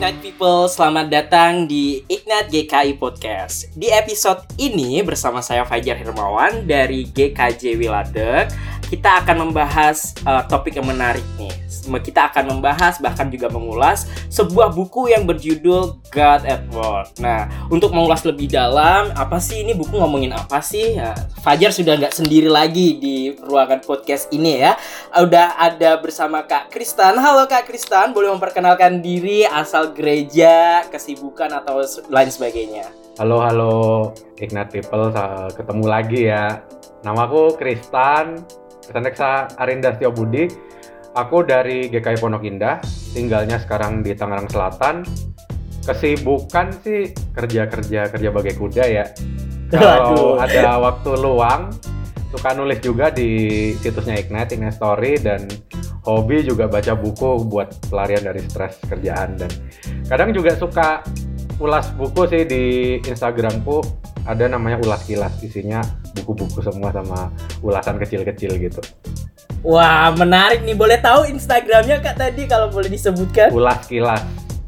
Ignite People, selamat datang di Ignite GKI Podcast. Di episode ini bersama saya Fajar Hermawan dari GKJ Wiladeg, kita akan membahas topik yang menarik nih. Kita akan membahas bahkan juga mengulas sebuah buku yang berjudul God at Work. Nah, untuk mengulas lebih dalam, apa sih ini buku ngomongin apa sih? Nah, Fajar sudah nggak sendiri lagi di ruangan podcast ini ya. Udah ada bersama Kak Kristan. Halo Kak Kristan, boleh memperkenalkan diri, asal gereja, kesibukan atau lain sebagainya? Halo Ignite People, ketemu lagi ya. Namaku Kristan Arinda Setiobudi. Aku dari GKI Pondok Indah, tinggalnya sekarang di Tangerang Selatan. Kesibukan sih kerja bagai kuda ya. Kalau ada waktu luang, suka nulis juga di situsnya Ignite Story, dan hobi juga baca buku buat pelarian dari stres kerjaan. Dan kadang juga suka ulas buku sih di Instagramku, ada namanya Ulas Kilas, isinya buku-buku semua sama ulasan kecil-kecil gitu. Wah, menarik nih. Boleh tahu Instagramnya Kak tadi kalau boleh disebutkan? Ulas Kilas.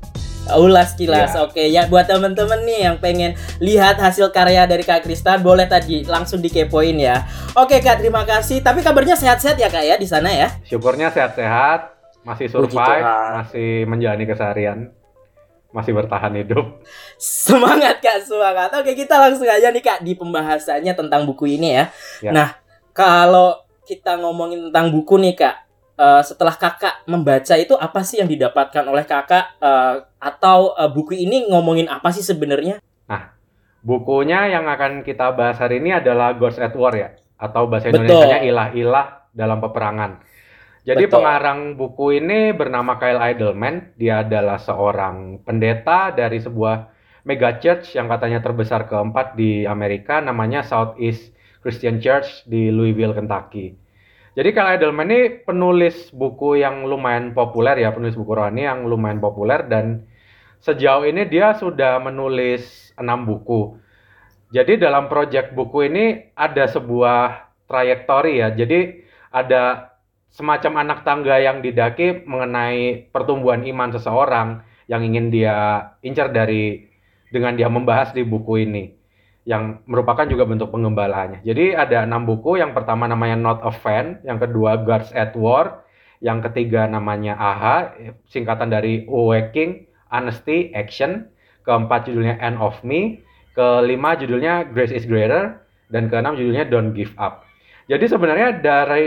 Ulas Kilas, ya. Oke. Ya, buat teman-teman nih yang pengen lihat hasil karya dari Kak Kristan, boleh tadi langsung dikepoin ya. Oke Kak, terima kasih. Tapi kabarnya sehat-sehat ya Kak ya di sana ya? Syukurnya sehat-sehat, masih survive, masih menjalani keseharian, masih bertahan hidup. Semangat Kak, semangat. Oke, kita langsung aja nih Kak di pembahasannya tentang buku ini ya. Nah, kalau kita ngomongin tentang buku nih Kak, setelah Kakak membaca itu apa sih yang didapatkan oleh Kakak, atau buku ini ngomongin apa sih sebenarnya? Nah, bukunya yang akan kita bahas hari ini adalah Gods at War ya, atau bahasa Indonesianya ilah-ilah dalam peperangan. Jadi pengarang buku ini bernama Kyle Idleman. Dia adalah seorang pendeta dari sebuah mega church yang katanya terbesar keempat di Amerika, namanya Southeast Christian Church di Louisville, Kentucky. Jadi Kyle Idleman ini penulis buku yang lumayan populer ya, penulis buku rohani yang lumayan populer, dan sejauh ini dia sudah menulis 6 buku. Jadi dalam proyek buku ini ada sebuah trajektori ya, jadi ada semacam anak tangga yang didaki mengenai pertumbuhan iman seseorang yang ingin dia incar dengan dia membahas di buku ini, yang merupakan juga bentuk pengembalaannya. Jadi ada 6 buku. Yang pertama namanya Not a Fan, yang kedua Gods at War, yang ketiga namanya AHA, singkatan dari Awakening, Honesty, Action, keempat judulnya End of Me, kelima judulnya Grace is Greater, dan keenam judulnya Don't Give Up. Jadi sebenarnya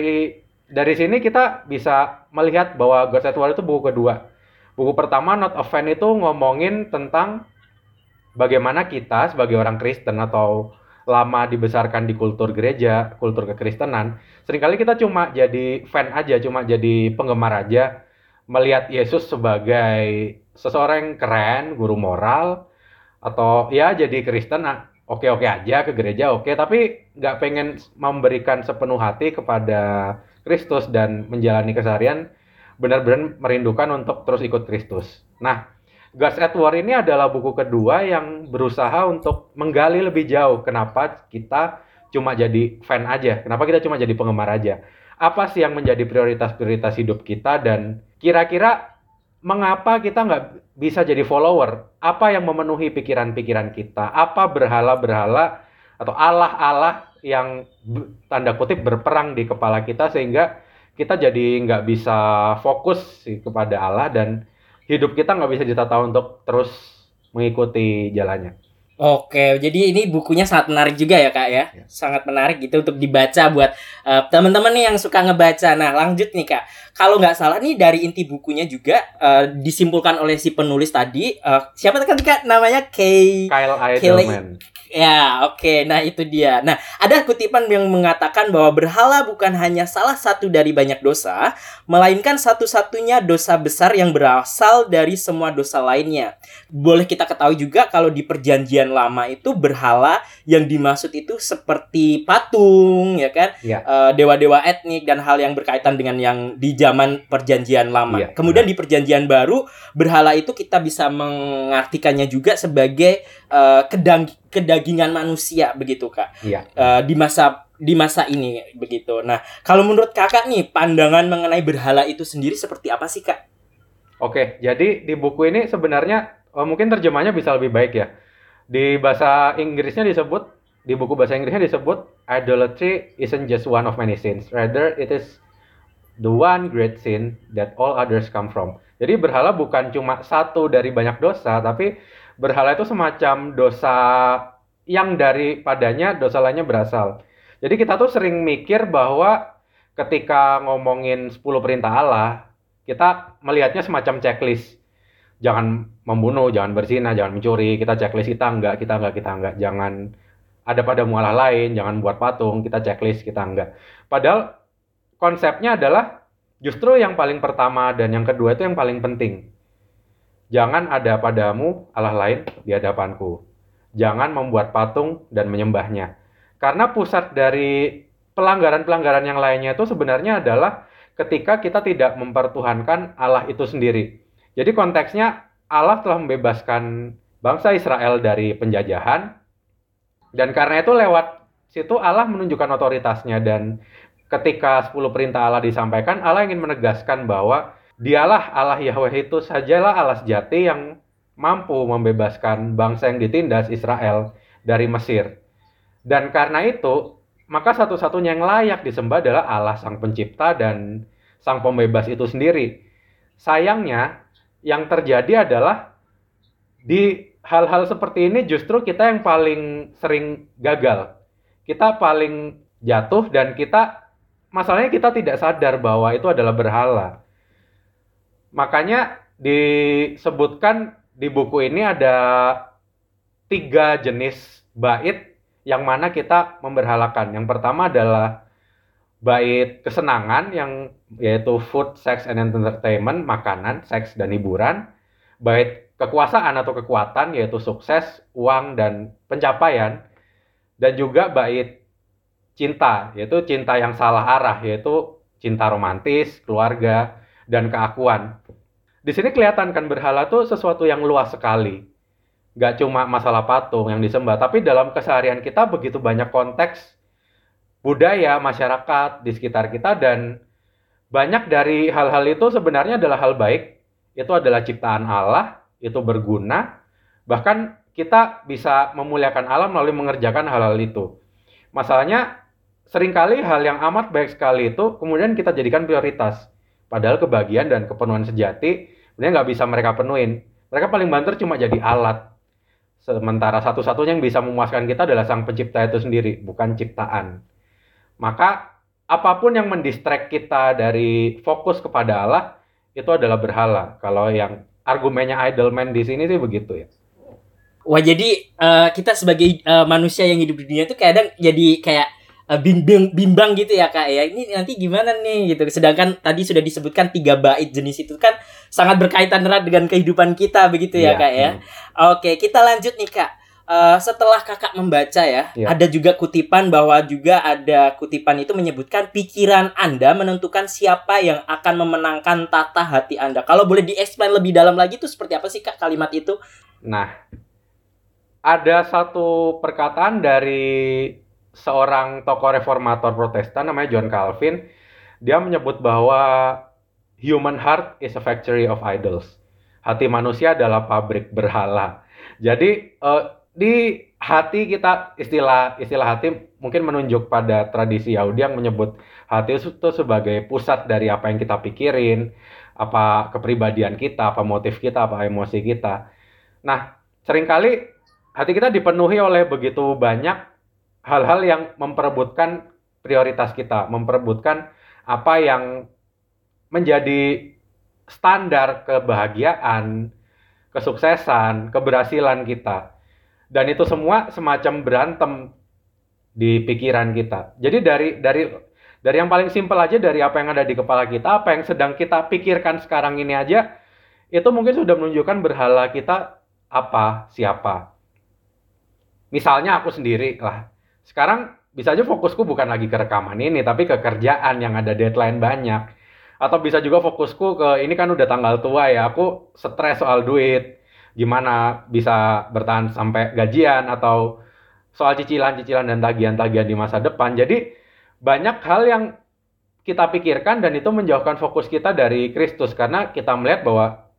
dari sini kita bisa melihat bahwa Gods at War itu buku kedua. Buku pertama Not a Fan itu ngomongin tentang bagaimana kita sebagai orang Kristen atau lama dibesarkan di kultur gereja, kultur kekristenan, seringkali kita cuma jadi fan aja, cuma jadi penggemar aja, melihat Yesus sebagai seseorang yang keren, guru moral, atau ya jadi Kristen, oke-oke aja, ke gereja oke, tapi nggak pengen memberikan sepenuh hati kepada Kristus dan menjalani keseharian benar-benar merindukan untuk terus ikut Kristus. Nah, Gods at War ini adalah buku kedua yang berusaha untuk menggali lebih jauh kenapa kita cuma jadi fan aja, kenapa kita cuma jadi penggemar aja. Apa sih yang menjadi prioritas-prioritas hidup kita, dan kira-kira mengapa kita nggak bisa jadi follower? Apa yang memenuhi pikiran-pikiran kita? Apa berhala-berhala atau Allah-Allah yang tanda kutip berperang di kepala kita sehingga kita jadi nggak bisa fokus sih kepada Allah, dan hidup kita nggak bisa ditata untuk terus mengikuti jalannya. Oke, jadi ini bukunya sangat menarik juga ya Kak ya. Sangat menarik gitu untuk dibaca buat teman-teman nih yang suka ngebaca. Nah, lanjut nih Kak. Kalau nggak salah nih dari inti bukunya juga disimpulkan oleh si penulis tadi. Siapa kan Kak namanya? Kyle Idleman. Ya, oke. Nah, itu dia. Nah, ada kutipan yang mengatakan bahwa berhala bukan hanya salah satu dari banyak dosa, melainkan satu-satunya dosa besar yang berasal dari semua dosa lainnya. Boleh kita ketahui juga kalau di Perjanjian Lama itu berhala yang dimaksud itu seperti patung, ya kan? Ya. Dewa-dewa etnik dan hal yang berkaitan dengan yang di zaman Perjanjian Lama. Ya, kemudian di Perjanjian Baru, berhala itu kita bisa mengartikannya juga sebagai kedagingan manusia begitu Kak. Iya. Di masa ini begitu. Nah, kalau menurut Kakak nih, pandangan mengenai berhala itu sendiri seperti apa sih Kak? Oke, jadi di buku ini sebenarnya mungkin terjemahnya bisa lebih baik ya. Di bahasa Inggrisnya disebut, di buku bahasa Inggrisnya disebut, idolatry isn't just one of many sins, rather it is the one great sin that all others come from. Jadi berhala bukan cuma satu dari banyak dosa, tapi berhala itu semacam dosa yang daripadanya dosa lainnya berasal. Jadi kita tuh sering mikir bahwa ketika ngomongin 10 perintah Allah, kita melihatnya semacam checklist. Jangan membunuh, jangan berzina, jangan mencuri. Kita checklist, kita enggak. Jangan ada padamu Allah lain, jangan buat patung, kita checklist, kita enggak. Padahal konsepnya adalah justru yang paling pertama dan yang kedua itu yang paling penting. Jangan ada padamu Allah lain di hadapanku. Jangan membuat patung dan menyembahnya. Karena pusat dari pelanggaran-pelanggaran yang lainnya itu sebenarnya adalah ketika kita tidak mempertuhankan Allah itu sendiri. Jadi konteksnya Allah telah membebaskan bangsa Israel dari penjajahan, dan karena itu lewat situ Allah menunjukkan otoritasnya, dan ketika 10 perintah Allah disampaikan, Allah ingin menegaskan bahwa dialah Allah Yahweh, itu sajalah Allah sejati yang mampu membebaskan bangsa yang ditindas Israel dari Mesir. Dan karena itu, maka satu-satunya yang layak disembah adalah Allah Sang Pencipta dan Sang Pembebas itu sendiri. Sayangnya, yang terjadi adalah di hal-hal seperti ini justru kita yang paling sering gagal. Kita paling jatuh dan masalahnya kita tidak sadar bahwa itu adalah berhala. Makanya disebutkan di buku ini ada 3 jenis bait yang mana kita memberhalakan. Yang pertama adalah bait kesenangan, yaitu food, sex, and entertainment, makanan, seks, dan hiburan. Bait kekuasaan atau kekuatan, yaitu sukses, uang, dan pencapaian. Dan juga bait cinta, yaitu cinta yang salah arah, yaitu cinta romantis, keluarga, dan keakuan. Di sini kelihatan kan berhala itu sesuatu yang luas sekali. Gak cuma masalah patung yang disembah, tapi dalam keseharian kita begitu banyak konteks budaya, masyarakat di sekitar kita, dan banyak dari hal-hal itu sebenarnya adalah hal baik. Itu adalah ciptaan Allah, itu berguna, bahkan kita bisa memuliakan Allah melalui mengerjakan hal-hal itu. Masalahnya, seringkali hal yang amat baik sekali itu kemudian kita jadikan prioritas. Padahal kebahagiaan dan kepenuhan sejati sebenarnya nggak bisa mereka penuhin. Mereka paling banter cuma jadi alat. Sementara satu-satunya yang bisa memuaskan kita adalah Sang Pencipta itu sendiri, bukan ciptaan. Maka apapun yang mendistract kita dari fokus kepada Allah, itu adalah berhala. Kalau yang argumennya idolman di sini sih begitu ya. Wah, jadi kita sebagai manusia yang hidup di dunia itu kadang jadi kayak bimbang gitu ya Kak ya. Ini nanti gimana nih gitu. Sedangkan tadi sudah disebutkan 3 bait jenis itu kan sangat berkaitan erat dengan kehidupan kita begitu ya Kak ya. Oke, kita lanjut nih Kak. Setelah Kakak membaca ya, ada juga kutipan bahwa juga ada kutipan itu menyebutkan pikiran Anda menentukan siapa yang akan memenangkan tata hati Anda. Kalau boleh di-explain lebih dalam lagi itu seperti apa sih Kak kalimat itu? Nah, ada satu perkataan dari seorang tokoh reformator Protestan namanya John Calvin. Dia menyebut bahwa human heart is a factory of idols. Hati manusia adalah pabrik berhala. Jadi di hati kita, istilah hati mungkin menunjuk pada tradisi Yahudi yang menyebut hati itu sebagai pusat dari apa yang kita pikirin, apa kepribadian kita, apa motif kita, apa emosi kita. Nah, seringkali hati kita dipenuhi oleh begitu banyak hal-hal yang memperebutkan prioritas kita, memperebutkan apa yang menjadi standar kebahagiaan, kesuksesan, keberhasilan kita. Dan itu semua semacam berantem di pikiran kita. Jadi dari yang paling simpel aja, dari apa yang ada di kepala kita, apa yang sedang kita pikirkan sekarang ini aja, itu mungkin sudah menunjukkan berhala kita apa, siapa. Misalnya aku sendiri lah. Sekarang bisa aja fokusku bukan lagi ke rekaman ini, tapi ke kerjaan yang ada deadline banyak. Atau bisa juga fokusku ke, ini kan udah tanggal tua ya, aku stres soal duit. Gimana bisa bertahan sampai gajian, atau soal cicilan-cicilan dan tagihan-tagihan di masa depan. Jadi banyak hal yang kita pikirkan dan itu menjauhkan fokus kita dari Kristus. Karena kita melihat bahwa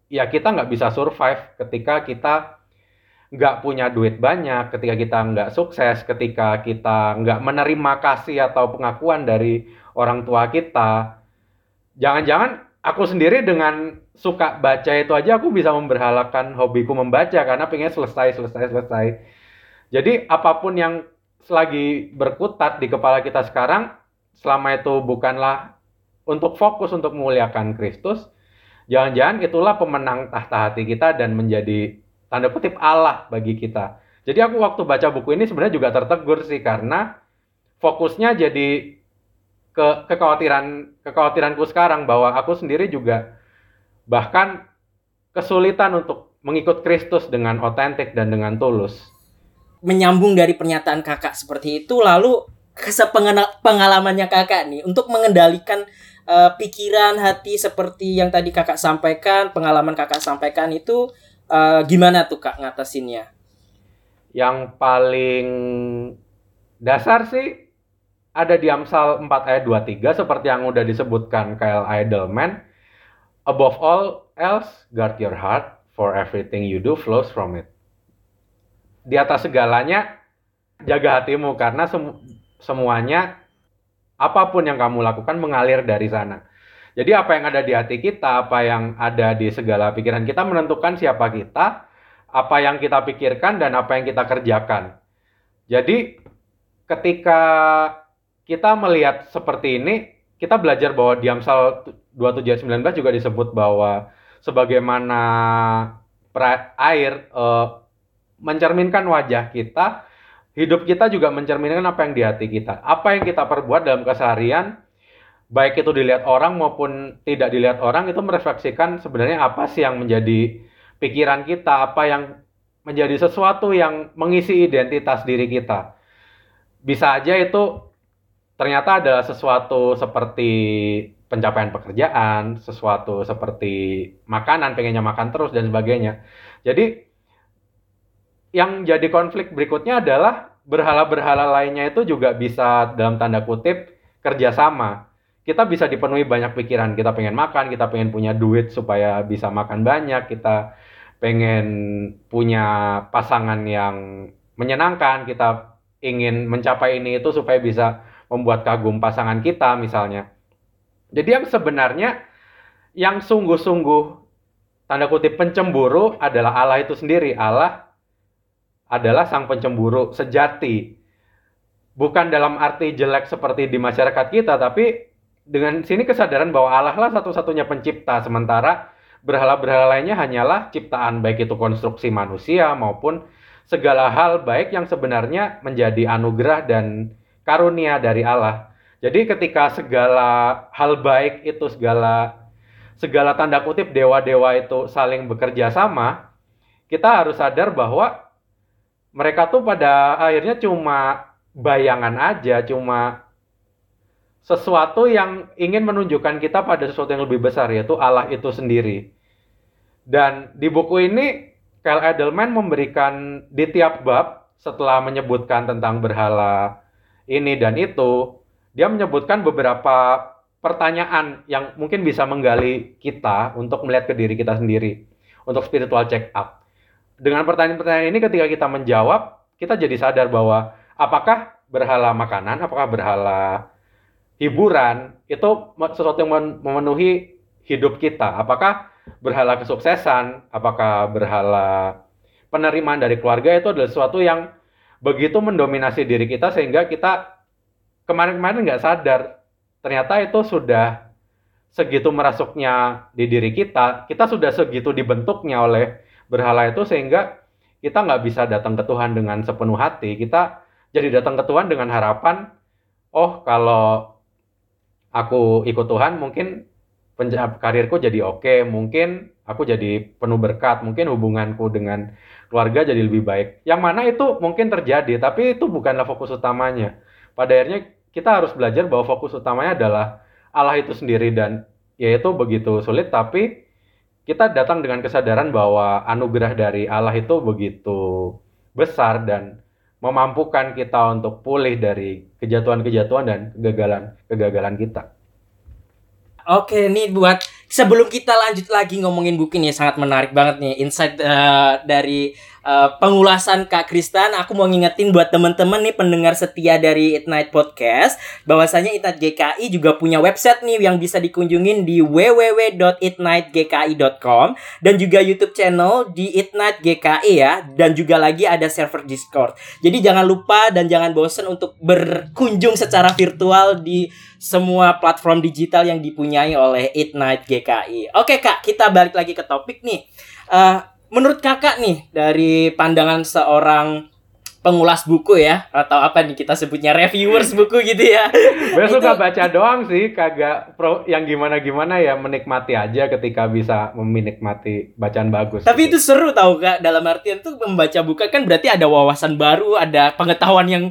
ya kita nggak bisa survive ketika kita nggak punya duit banyak, ketika kita nggak sukses, ketika kita nggak menerima kasih atau pengakuan dari orang tua kita. Jangan-jangan aku sendiri dengan suka baca itu aja aku bisa memberhalakan hobiku membaca karena pengen selesai. Jadi apapun yang lagi berkutat di kepala kita sekarang, selama itu bukanlah untuk fokus untuk memuliakan Kristus, jangan-jangan itulah pemenang tahta hati kita dan menjadi tanda kutip Allah bagi kita. Jadi aku waktu baca buku ini sebenarnya juga tertegur sih karena fokusnya jadi ke kekhawatiranku sekarang bahwa aku sendiri juga bahkan kesulitan untuk mengikut Kristus dengan otentik dan dengan tulus. Menyambung dari pernyataan kakak seperti itu, lalu pengalamannya kakak nih untuk mengendalikan pikiran, hati seperti yang tadi kakak sampaikan, pengalaman kakak sampaikan itu gimana tuh kak ngatasinnya? Yang paling dasar sih ada di Amsal 4 ayat 23 seperti yang udah disebutkan Kyle Idleman. Above all else, guard your heart, for everything you do flows from it. Di atas segalanya, jaga hatimu karena semuanya, apapun yang kamu lakukan mengalir dari sana. Jadi apa yang ada di hati kita, apa yang ada di segala pikiran kita menentukan siapa kita, apa yang kita pikirkan, dan apa yang kita kerjakan. Jadi ketika kita melihat seperti ini, kita belajar bahwa di Amsal 27 ayat 19 juga disebut bahwa sebagaimana air mencerminkan wajah kita, hidup kita juga mencerminkan apa yang di hati kita. Apa yang kita perbuat dalam keseharian, baik itu dilihat orang maupun tidak dilihat orang, itu merefleksikan sebenarnya apa sih yang menjadi pikiran kita, apa yang menjadi sesuatu yang mengisi identitas diri kita. Bisa aja itu ternyata adalah sesuatu seperti pencapaian pekerjaan, sesuatu seperti makanan, pengennya makan terus, dan sebagainya. Jadi yang jadi konflik berikutnya adalah berhala-berhala lainnya itu juga bisa dalam tanda kutip kerjasama. Kita bisa dipenuhi banyak pikiran, kita pengen makan, kita pengen punya duit supaya bisa makan banyak, kita pengen punya pasangan yang menyenangkan, kita ingin mencapai ini itu supaya bisa membuat kagum pasangan kita misalnya. Jadi yang sebenarnya yang sungguh-sungguh tanda kutip pencemburu adalah Allah itu sendiri. Allah adalah sang pencemburu sejati. Bukan dalam arti jelek seperti di masyarakat kita, tapi dengan sini kesadaran bahwa Allah lah satu-satunya pencipta, sementara berhala-berhala lainnya hanyalah ciptaan, baik itu konstruksi manusia maupun segala hal baik yang sebenarnya menjadi anugerah dan karunia dari Allah. Jadi ketika segala hal baik itu, segala tanda kutip dewa-dewa itu saling bekerja sama, kita harus sadar bahwa mereka tuh pada akhirnya cuma bayangan aja, cuma sesuatu yang ingin menunjukkan kita pada sesuatu yang lebih besar, yaitu Allah itu sendiri. Dan di buku ini, Kyle Idleman memberikan di tiap bab, setelah menyebutkan tentang berhala ini dan itu, dia menyebutkan beberapa pertanyaan yang mungkin bisa menggali kita untuk melihat ke diri kita sendiri, untuk spiritual check up. Dengan pertanyaan-pertanyaan ini ketika kita menjawab, kita jadi sadar bahwa apakah berhala makanan, apakah berhala hiburan, itu sesuatu yang memenuhi hidup kita. Apakah berhala kesuksesan, apakah berhala penerimaan dari keluarga itu adalah sesuatu yang begitu mendominasi diri kita sehingga kita kemarin-kemarin nggak sadar. Ternyata itu sudah segitu merasuknya di diri kita sudah segitu dibentuknya oleh berhala itu sehingga kita nggak bisa datang ke Tuhan dengan sepenuh hati. Kita jadi datang ke Tuhan dengan harapan, oh kalau aku ikut Tuhan mungkin karirku jadi oke, mungkin aku jadi penuh berkat, mungkin hubunganku dengan keluarga jadi lebih baik. Yang mana itu mungkin terjadi, tapi itu bukanlah fokus utamanya. Pada akhirnya kita harus belajar bahwa fokus utamanya adalah Allah itu sendiri, dan yaitu begitu sulit, tapi kita datang dengan kesadaran bahwa anugerah dari Allah itu begitu besar dan memampukan kita untuk pulih dari kejatuhan-kejatuhan dan kegagalan kita. Oke, nih buat sebelum kita lanjut lagi ngomongin buku ini, sangat menarik banget nih insight dari pengulasan Kak Kristan. Aku mau ngingetin buat teman-teman nih pendengar setia dari It Night Podcast, bahwasanya It Night GKI juga punya website nih yang bisa dikunjungin di www.itnightgki.com dan juga YouTube channel di It Night GKI ya, dan juga lagi ada server Discord. Jadi jangan lupa dan jangan bosan untuk berkunjung secara virtual di semua platform digital yang dipunyai oleh It Night GKI. Oke Kak, kita balik lagi ke topik nih. Menurut kakak nih, dari pandangan seorang pengulas buku ya, atau apa nih kita sebutnya, reviewers buku gitu ya. Gue suka baca doang sih, kagak yang gimana-gimana ya, menikmati aja ketika bisa menikmati bacaan bagus. Tapi gitu. Itu seru tau Kak, dalam artian tuh membaca buku kan berarti ada wawasan baru, ada pengetahuan yang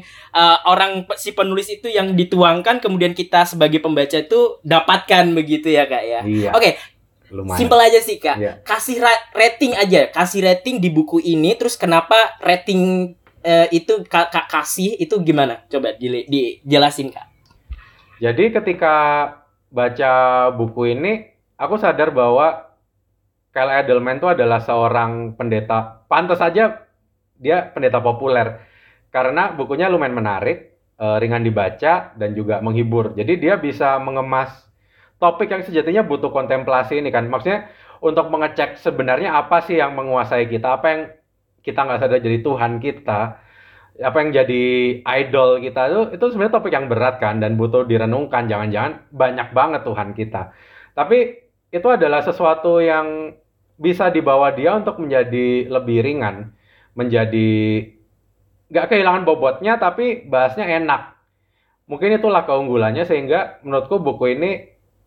si penulis itu yang dituangkan, kemudian kita sebagai pembaca itu dapatkan begitu ya Kak ya. Iya. Oke. Lumayan. Simpel aja sih Kak, yeah. Kasih rating aja, kasih rating di buku ini. Terus kenapa rating itu Kak kasih itu gimana? Coba dijelasin Kak. Jadi ketika baca buku ini, aku sadar bahwa Kyle Idleman itu adalah seorang pendeta. Pantas aja dia pendeta populer, karena bukunya lumayan menarik, ringan dibaca, dan juga menghibur. Jadi dia bisa mengemas topik yang sejatinya butuh kontemplasi ini kan. Maksudnya untuk mengecek sebenarnya apa sih yang menguasai kita, apa yang kita nggak sadar jadi Tuhan kita, apa yang jadi idol kita, itu sebenarnya topik yang berat kan, dan butuh direnungkan. Jangan-jangan banyak banget Tuhan kita. Tapi itu adalah sesuatu yang bisa dibawa dia untuk menjadi lebih ringan, menjadi nggak kehilangan bobotnya, tapi bahasnya enak. Mungkin itulah keunggulannya, sehingga menurutku buku ini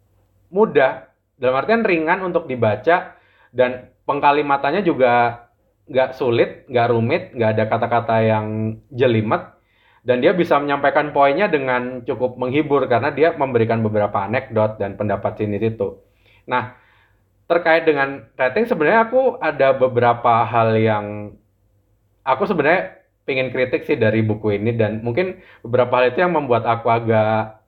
mudah, dalam artian ringan untuk dibaca, dan pengkalimatannya juga nggak sulit, nggak rumit, nggak ada kata-kata yang jelimet, dan dia bisa menyampaikan poinnya dengan cukup menghibur karena dia memberikan beberapa anekdot dan pendapat sini situ. Nah, terkait dengan rating, sebenarnya aku ada beberapa hal yang aku sebenarnya pengen kritik sih dari buku ini, dan mungkin beberapa hal itu yang membuat aku agak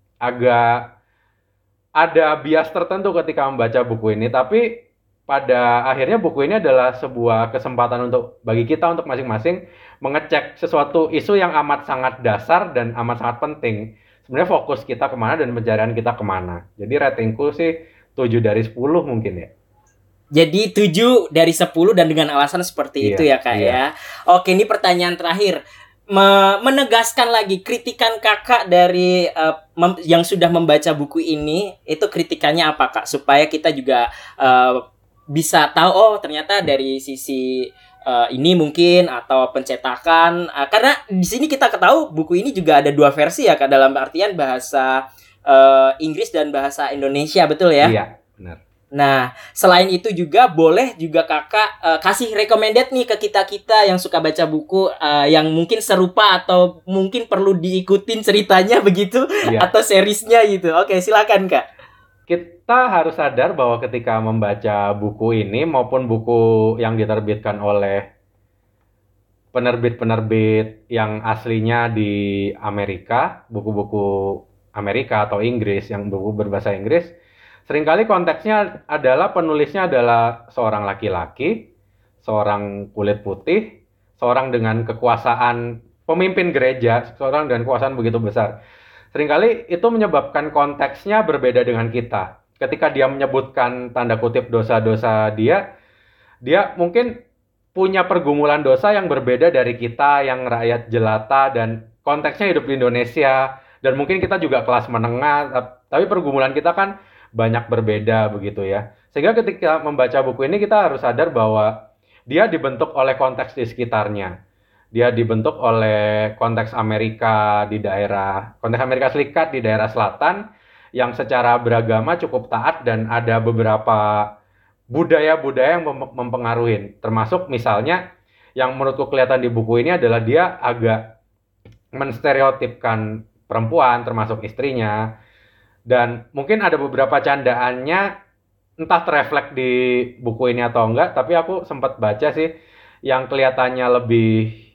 ada bias tertentu ketika membaca buku ini. Tapi pada akhirnya buku ini adalah sebuah kesempatan bagi kita untuk masing-masing mengecek sesuatu isu yang amat sangat dasar dan amat sangat penting. Sebenarnya fokus kita kemana dan pencarian kita kemana. Jadi ratingku sih 7 dari 10 mungkin ya. Jadi 7 dari 10 dan dengan alasan seperti itu ya Kak ya. Oke, ini pertanyaan terakhir. Menegaskan lagi kritikan kakak dari yang sudah membaca buku ini, itu kritikannya apa Kak, supaya kita juga bisa tahu, oh ternyata dari sisi ini mungkin, atau pencetakan, karena di sini kita ketahui buku ini juga ada 2 versi ya Kak, dalam artian bahasa Inggris dan bahasa Indonesia, betul ya? Iya, benar. Nah, selain itu juga boleh juga kakak kasih recommended nih ke kita-kita yang suka baca buku yang mungkin serupa atau mungkin perlu diikutin ceritanya begitu, atau seriesnya gitu. Oke, silakan Kak. Kita harus sadar bahwa ketika membaca buku ini maupun buku yang diterbitkan oleh penerbit-penerbit yang aslinya di Amerika, buku-buku Amerika atau Inggris, yang buku berbahasa Inggris, seringkali konteksnya adalah penulisnya adalah seorang laki-laki, seorang kulit putih, seorang dengan kekuasaan, pemimpin gereja, seorang dengan kekuasaan begitu besar. Seringkali itu menyebabkan konteksnya berbeda dengan kita. Ketika dia menyebutkan tanda kutip dosa-dosa dia mungkin punya pergumulan dosa yang berbeda dari kita yang rakyat jelata dan konteksnya hidup di Indonesia, dan mungkin kita juga kelas menengah, tapi pergumulan kita kan banyak berbeda begitu ya. Sehingga ketika membaca buku ini kita harus sadar bahwa dia dibentuk oleh konteks di sekitarnya. Dia dibentuk oleh konteks Amerika konteks Amerika Serikat di daerah selatan yang secara beragama cukup taat, dan ada beberapa budaya-budaya yang mempengaruhi. Termasuk misalnya yang menurutku kelihatan di buku ini adalah dia agak menstereotipkan perempuan, termasuk istrinya. Dan mungkin ada beberapa candaannya, entah terefleks di buku ini atau enggak, tapi aku sempat baca sih yang kelihatannya lebih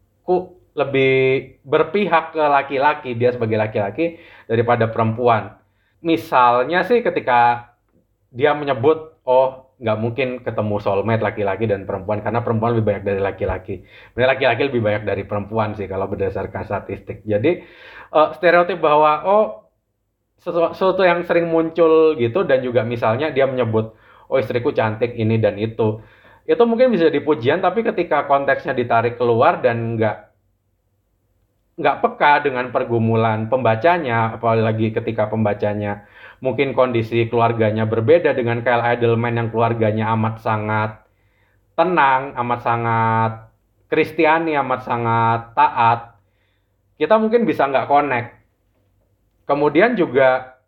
berpihak ke laki-laki, dia sebagai laki-laki daripada perempuan. Misalnya sih ketika dia menyebut, oh nggak mungkin ketemu soulmate laki-laki dan perempuan karena perempuan lebih banyak dari laki-laki. Sebenarnya laki-laki lebih banyak dari perempuan sih kalau berdasarkan statistik. Jadi stereotip bahwa sesuatu yang sering muncul gitu, dan juga misalnya dia menyebut, oh istriku cantik ini dan itu mungkin bisa jadi pujian, tapi ketika konteksnya ditarik keluar dan nggak peka dengan pergumulan pembacanya, apalagi ketika pembacanya mungkin kondisi keluarganya berbeda dengan Kyle Idleman yang keluarganya amat sangat tenang, amat sangat Kristiani, amat sangat taat, kita mungkin bisa nggak connect. Kemudian juga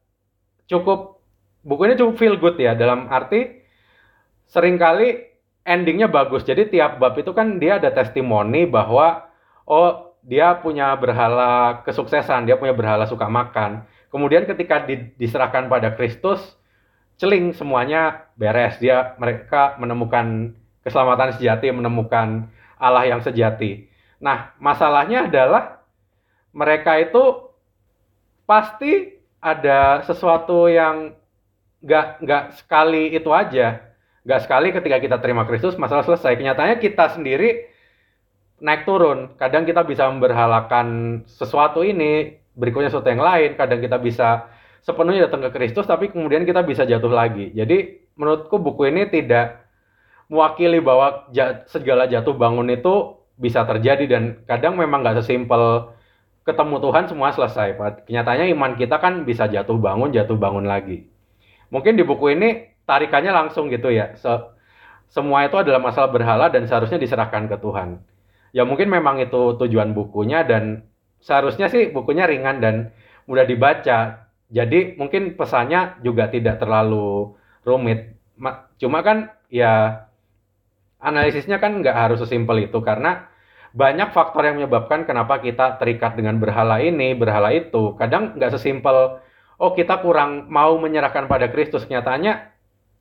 buku ini cukup feel good ya, dalam arti seringkali endingnya bagus. Jadi tiap bab itu kan dia ada testimoni bahwa oh dia punya berhala kesuksesan, dia punya berhala suka makan. Kemudian ketika diserahkan pada Kristus, celing semuanya beres. Mereka menemukan keselamatan sejati, menemukan Allah yang sejati. Nah, masalahnya adalah mereka itu pasti ada sesuatu yang nggak sekali itu aja. Nggak sekali ketika kita terima Kristus, masalah selesai. Kenyataannya kita sendiri naik turun. Kadang kita bisa memberhalakan sesuatu ini, berikutnya sesuatu yang lain. Kadang kita bisa sepenuhnya datang ke Kristus, tapi kemudian kita bisa jatuh lagi. Jadi menurutku buku ini tidak mewakili bahwa segala jatuh bangun itu bisa terjadi, dan kadang memang nggak sesimpel ketemu Tuhan semua selesai. Kenyataannya iman kita kan bisa jatuh bangun lagi. Mungkin di buku ini tarikannya langsung gitu ya. Semua itu adalah masalah berhala dan seharusnya diserahkan ke Tuhan. Ya mungkin memang itu tujuan bukunya, dan seharusnya sih bukunya ringan dan mudah dibaca. Jadi mungkin pesannya juga tidak terlalu rumit. Cuma kan ya analisisnya kan nggak harus sesimpel itu, karena banyak faktor yang menyebabkan kenapa kita terikat dengan berhala ini, berhala itu. Kadang nggak sesimpel, oh kita kurang mau menyerahkan pada Kristus. Nyatanya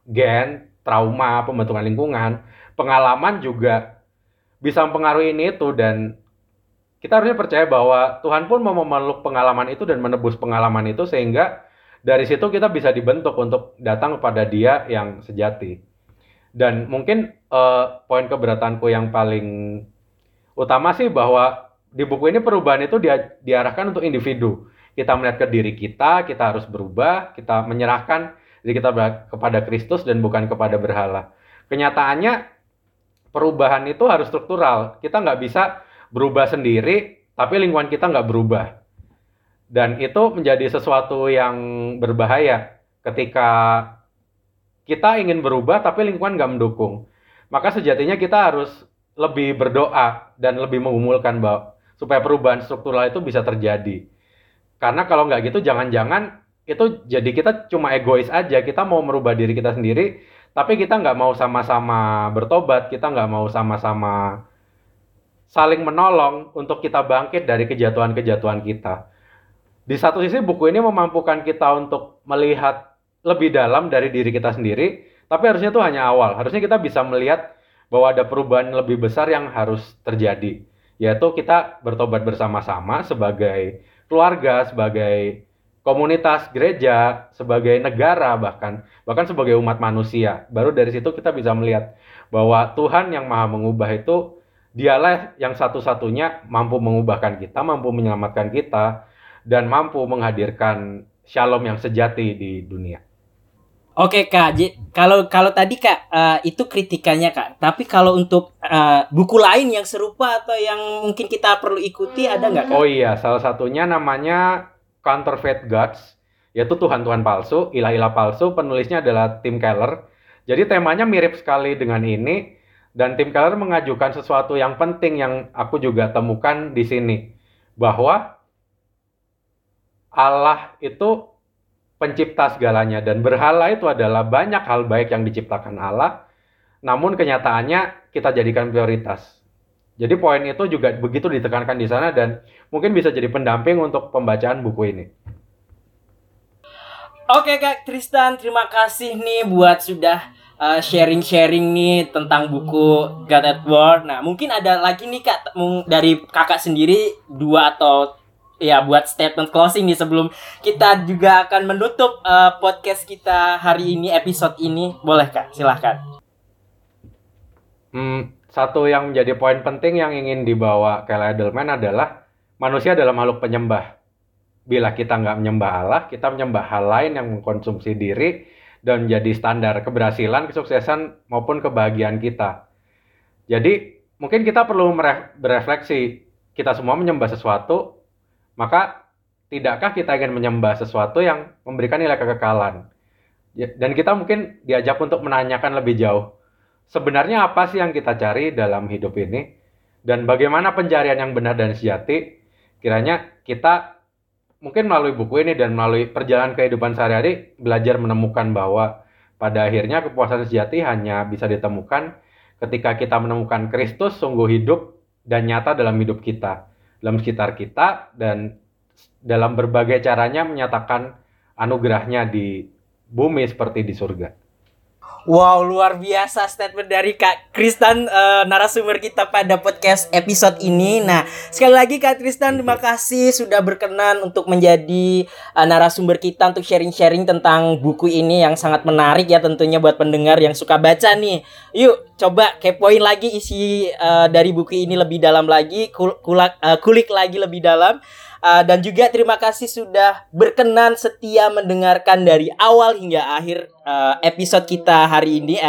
trauma, pembentukan lingkungan, pengalaman juga bisa mempengaruhi ini itu, dan kita harusnya percaya bahwa Tuhan pun mau memeluk pengalaman itu dan menebus pengalaman itu, sehingga dari situ kita bisa dibentuk untuk datang kepada Dia yang sejati. Dan mungkin poin keberatanku yang paling utama sih bahwa di buku ini perubahan itu diarahkan untuk individu. Kita melihat ke diri kita harus berubah, kita menyerahkan diri kita kepada Kristus dan bukan kepada berhala. Kenyataannya perubahan itu harus struktural. Kita nggak bisa berubah sendiri, tapi lingkungan kita nggak berubah. Dan itu menjadi sesuatu yang berbahaya ketika kita ingin berubah, tapi lingkungan nggak mendukung. Maka sejatinya kita harus lebih berdoa dan lebih mengumulkan supaya perubahan struktural itu bisa terjadi. Karena kalau nggak gitu, jangan-jangan itu jadi kita cuma egois aja. Kita mau merubah diri kita sendiri, tapi kita nggak mau sama-sama bertobat, kita nggak mau sama-sama saling menolong untuk kita bangkit dari kejatuhan-kejatuhan kita. Di satu sisi buku ini memampukan kita untuk melihat lebih dalam dari diri kita sendiri, tapi harusnya itu hanya awal. Harusnya kita bisa melihat bahwa ada perubahan lebih besar yang harus terjadi, yaitu kita bertobat bersama-sama sebagai keluarga, sebagai komunitas gereja, sebagai negara, bahkan sebagai umat manusia. Baru dari situ kita bisa melihat bahwa Tuhan yang maha mengubah itu, Dialah yang satu-satunya mampu mengubahkan kita, mampu menyelamatkan kita, dan mampu menghadirkan shalom yang sejati di dunia. Oke Kak, kalau tadi Kak itu kritikannya Kak. Tapi kalau untuk buku lain yang serupa atau yang mungkin kita perlu ikuti, ada nggak Kak? Oh iya, salah satunya namanya Counterfeit Gods, yaitu Tuhan-Tuhan palsu, ilah-ilah palsu. Penulisnya adalah Tim Keller. Jadi temanya mirip sekali dengan ini, dan Tim Keller mengajukan sesuatu yang penting yang aku juga temukan di sini, bahwa Allah itu pencipta segalanya, dan berhala itu adalah banyak hal baik yang diciptakan Allah, namun kenyataannya kita jadikan prioritas. Jadi poin itu juga begitu ditekankan di sana, dan mungkin bisa jadi pendamping untuk pembacaan buku ini. Oke Kak Tristan, terima kasih nih buat sudah sharing-sharing nih tentang buku God at War. Nah mungkin ada lagi nih Kak, dari kakak sendiri 2 atau ya buat statement closing nih sebelum kita juga akan menutup podcast kita hari ini, episode ini. Boleh Kak? Silahkan. Satu yang menjadi poin penting yang ingin dibawa Kyle Idleman adalah manusia adalah makhluk penyembah. Bila kita nggak menyembah Allah, kita menyembah hal lain yang mengkonsumsi diri dan menjadi standar keberhasilan, kesuksesan maupun kebahagiaan kita. Jadi mungkin kita perlu berefleksi, kita semua menyembah sesuatu, maka tidakkah kita ingin menyembah sesuatu yang memberikan nilai kekekalan? Dan kita mungkin diajak untuk menanyakan lebih jauh, sebenarnya apa sih yang kita cari dalam hidup ini? Dan bagaimana pencarian yang benar dan sejati? Kiranya kita mungkin melalui buku ini dan melalui perjalanan kehidupan sehari-hari belajar menemukan bahwa pada akhirnya kepuasan sejati hanya bisa ditemukan ketika kita menemukan Kristus sungguh hidup dan nyata dalam hidup kita, dalam sekitar kita, dan dalam berbagai caranya menyatakan anugerahnya di bumi seperti di surga. Wow, luar biasa statement dari Kak Kristan, narasumber kita pada podcast episode ini. Nah, sekali lagi Kak Kristan, terima kasih sudah berkenan untuk menjadi narasumber kita untuk sharing-sharing tentang buku ini yang sangat menarik ya tentunya buat pendengar yang suka baca nih. Yuk, coba kepoin lagi isi dari buku ini lebih dalam lagi, kulik lagi lebih dalam. Dan juga terima kasih sudah berkenan setia mendengarkan dari awal hingga akhir episode kita hari ini,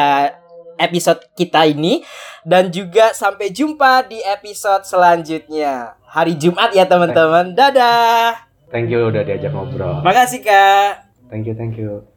dan juga sampai jumpa di episode selanjutnya hari Jumat ya teman-teman. Dadah. Thank you udah diajak ngobrol. Makasih Kak. Thank you.